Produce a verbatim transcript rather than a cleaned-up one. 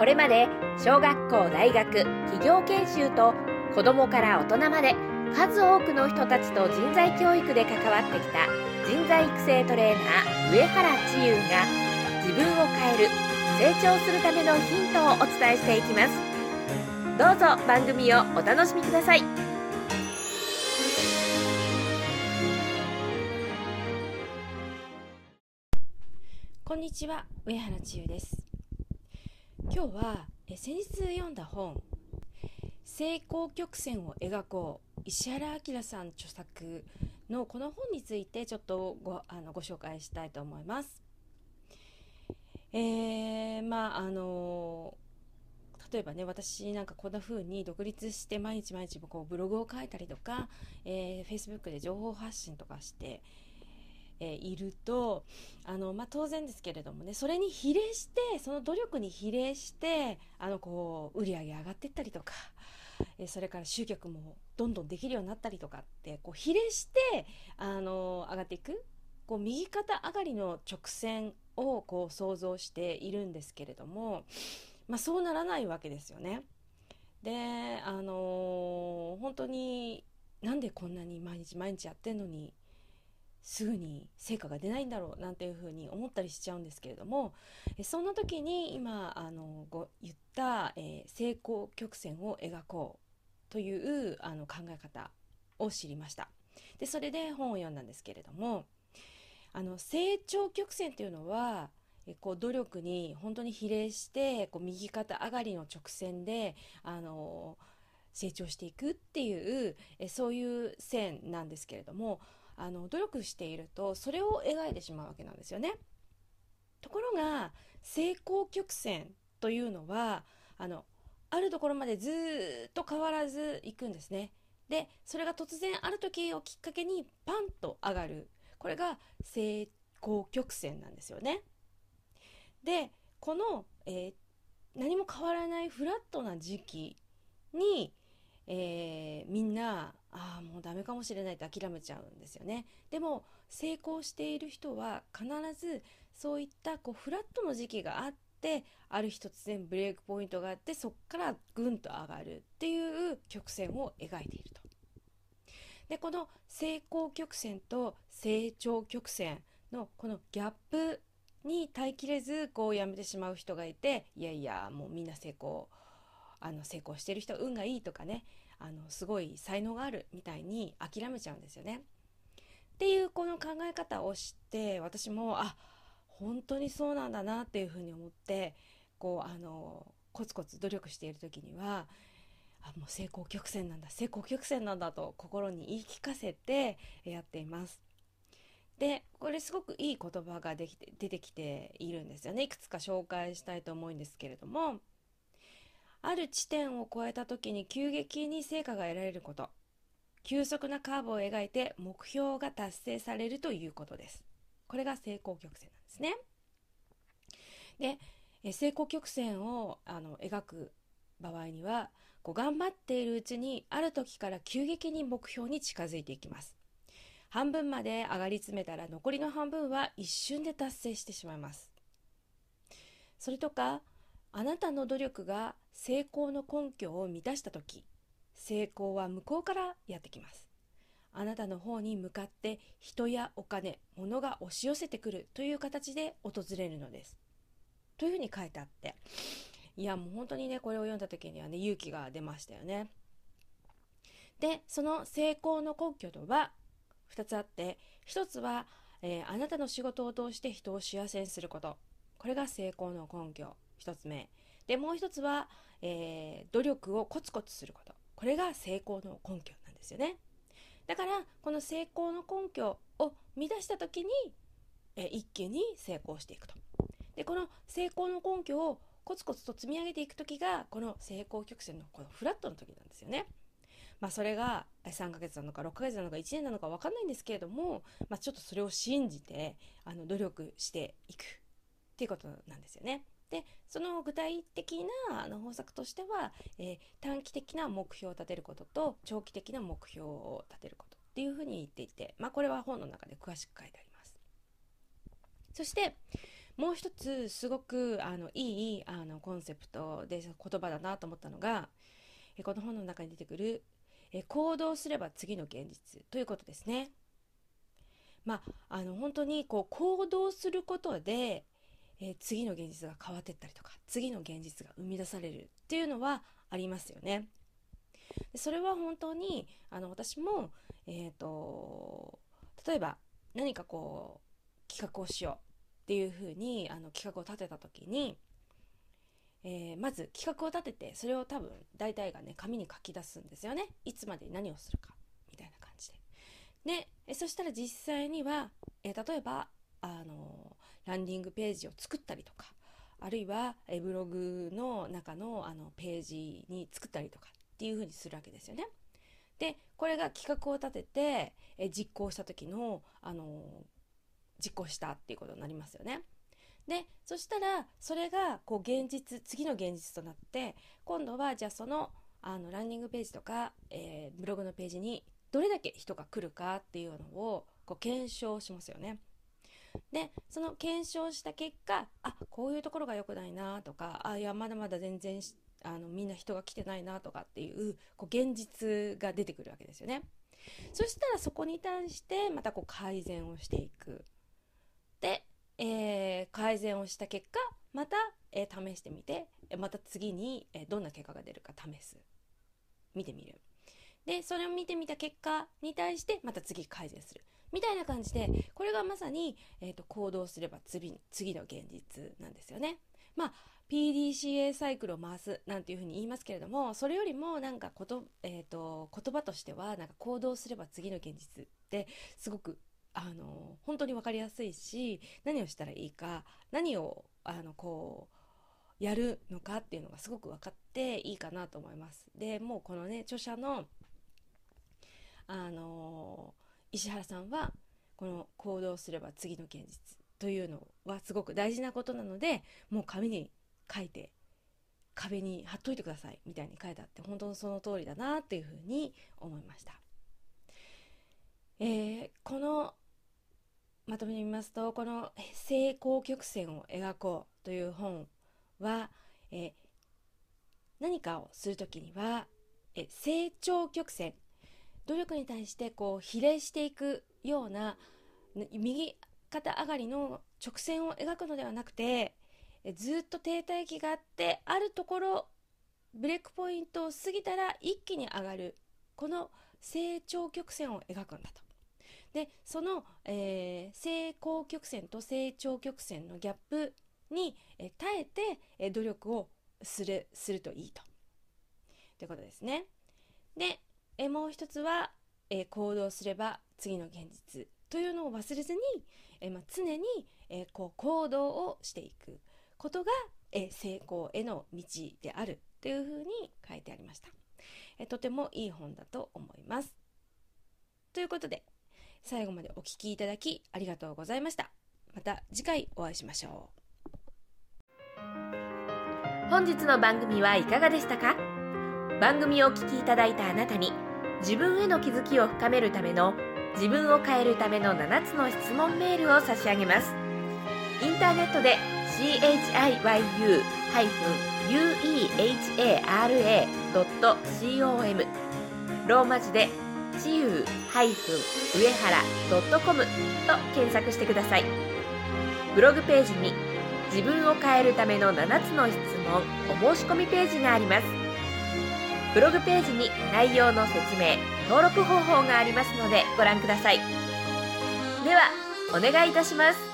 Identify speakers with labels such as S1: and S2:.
S1: これまで小学校、大学、企業研修と子どもから大人まで数多くの人たちと人材教育で関わってきた人材育成トレーナー上原千優が自分を変える、成長するためのヒントをお伝えしていきます。どうぞ番組をお楽しみください。
S2: こんにちは、上原千優です。今日はえ先日読んだ本、成功曲線を描こう、石原明さん著作のこの本についてちょっと ご, あのご紹介したいと思います。えー、まああの例えばね、私なんかこんな風に独立して毎日毎日こうブログを書いたりとか、えー、Facebook で情報発信とかしてえー、いるとあの、まあ、当然ですけれどもね、それに比例してその努力に比例してあのこう売り上げ上がっていったりとか、えー、それから集客もどんどんできるようになったりとかってこう比例してあの上がっていく、こう右肩上がりの直線をこう想像しているんですけれども、まあ、そうならないわけですよね。で、あのー本当になんでこんなに毎日毎日やってんのにすぐに成果が出ないんだろうなんていうふうに思ったりしちゃうんですけれども、そんな時に今あのご言った、えー、成功曲線を描こうというあの考え方を知りました。でそれで本を読んだんですけれども、あの成長曲線というのはえこう努力に本当に比例してこう右肩上がりの直線であの成長していくっていうえそういう線なんですけれども、あの努力しているとそれを描いてしまうわけなんですよね。ところが成功曲線というのはあのあるところまでずっと変わらずいくんですね。でそれが突然ある時をきっかけにパンと上がる、これが成功曲線なんですよね。でこの、えー何も変わらないフラットな時期にえー、みんなああもうダメかもしれないって諦めちゃうんですよね。でも成功している人は必ずそういったこうフラットの時期があって、ある日突然ブレイクポイントがあってそこからぐんと上がるっていう曲線を描いていると。でこの成功曲線と成長曲線のこのギャップに耐えきれずこうやめてしまう人がいて、いやいやもうみんな成功あの成功してる人運がいいとかね、あのすごい才能があるみたいに諦めちゃうんですよね。っていうこの考え方を知って、私もあ本当にそうなんだなっていうふうに思って、こうあのコツコツ努力している時にはあもう成功曲線なんだ成功曲線なんだと心に言い聞かせてやっています。でこれすごくいい言葉ができて出てきているんですよね。いくつか紹介したいと思うんですけれども、ある地点を越えた時に急激に成果が得られること、急速なカーブを描いて目標が達成されるということです。これが成功曲線なんですね。でえ成功曲線をあの描く場合には、こう頑張っているうちにある時から急激に目標に近づいていきます。半分まで上がり詰めたら残りの半分は一瞬で達成してしまいます。それとかあなたの努力が成功の根拠を満たしたとき、成功は向こうからやってきます。あなたの方に向かって人やお金、物が押し寄せてくるという形で訪れるのです。というふうに書いてあって、いやもう本当にね、これを読んだ時にはね、勇気が出ましたよね。で、その成功の根拠とはふたつあって、ひとつは、えー、あなたの仕事を通して人を幸せにすること。これが成功の根拠。一つ目で、もう一つは、えー、努力をコツコツすること。これが成功の根拠なんですよね。だからこの成功の根拠を満たした時に、えー、一気に成功していくと。でこの成功の根拠をコツコツと積み上げていく時がこの成功曲線のこのフラットの時なんですよね。まあ、それがさんかげつなのかろっかげつなのかいちねんなのか分かんないんですけれども、まあ、ちょっとそれを信じてあの努力していくっていうことなんですよね。でその具体的なあの方策としては、えー、短期的な目標を立てることと長期的な目標を立てることっていうふうに言っていて、まあ、これは本の中で詳しく書いてあります。そしてもう一つすごくあのいいあのコンセプトで言葉だなと思ったのが、えこの本の中に出てくるえ行動すれば次の現実ということですね。まあ、あの本当にこう行動することで、えー、次の現実が変わっていったりとか、次の現実が生み出されるっていうのはありますよね。でそれは本当にあの私も、えーと、例えば何かこう企画をしようっていうふうにあの企画を立てた時に、えー、まず企画を立てて、それを多分大体がね紙に書き出すんですよね。いつまでに何をするかみたいな感じで。でえそしたら実際には、えー、例えばあのランディングページを作ったりとか、あるいはえブログの中のあのページに作ったりとかっていう風にするわけですよね。でこれが企画を立ててえ実行した時のあの実行したっていうことになりますよね。でそしたらそれがこう現実、次の現実となって、今度はじゃあそのあのランディングページとか、えー、ブログのページにどれだけ人が来るかっていうのをこう検証しますよね。でその検証した結果、あこういうところが良くないなとか、あいやまだまだ全然あのみんな人が来てないなとかっていう、こう現実が出てくるわけですよね。そしたらそこに対してまたこう改善をしていく。で、えー、改善をした結果また、えー、試してみて、また次に、えー、どんな結果が出るか試す、見てみる。でそれを見てみた結果に対してまた次改善するみたいな感じで、これがまさに、えーと、行動すれば次、次の現実なんですよね。まあ ピーディーシーエー サイクルを回すなんていうふうに言いますけれども、それよりもなんかこと、えーと、言葉としてはなんか行動すれば次の現実ってすごくあの本当に分かりやすいし、何をしたらいいか、何をあのこうやるのかっていうのがすごく分かっていいかなと思います。でもうこのね著者のあの石原さんはこの行動すれば次の現実というのはすごく大事なことなので、もう紙に書いて壁に貼っといてくださいみたいに書いてあって、本当にその通りだなっていうふうに思いました。えー、このまとめてみますと、この成功曲線を描こうという本は、えー、何かをするときには、えー、成長曲線、努力に対してこう比例していくような右肩上がりの直線を描くのではなくて、ずっと停滞期があって、あるところブレイクポイントを過ぎたら一気に上がる、この成長曲線を描くんだと。でその、えー、成功曲線と成長曲線のギャップに、えー、耐えて、えー、努力をする、するといいとということですね。で、えー、もう一つは、えー、行動すれば次の現実というのを忘れずに、えーまあ、常に、えー、こう行動をしていくことが、えー、成功への道であるというふうに書いてありました。えー、とてもいい本だと思います。ということで、最後までお聞きいただきありがとうございました。また次回お会いしましょ
S1: う。本日の番組はいかがでしたか？番組をお聞きいただいたあなたに、自分への気づきを深めるための、自分を変えるためのななつの質問メールを差し上げます。インターネットで シーエイチアイワイユー ユーイーエイチエーアールエー ドット コム ローマ字でちゆう上原 .com と検索してください。ブログページに自分を変えるためのななつの質問お申し込みページがあります。ブログページに内容の説明、登録方法がありますのでご覧ください。ではお願いいたします。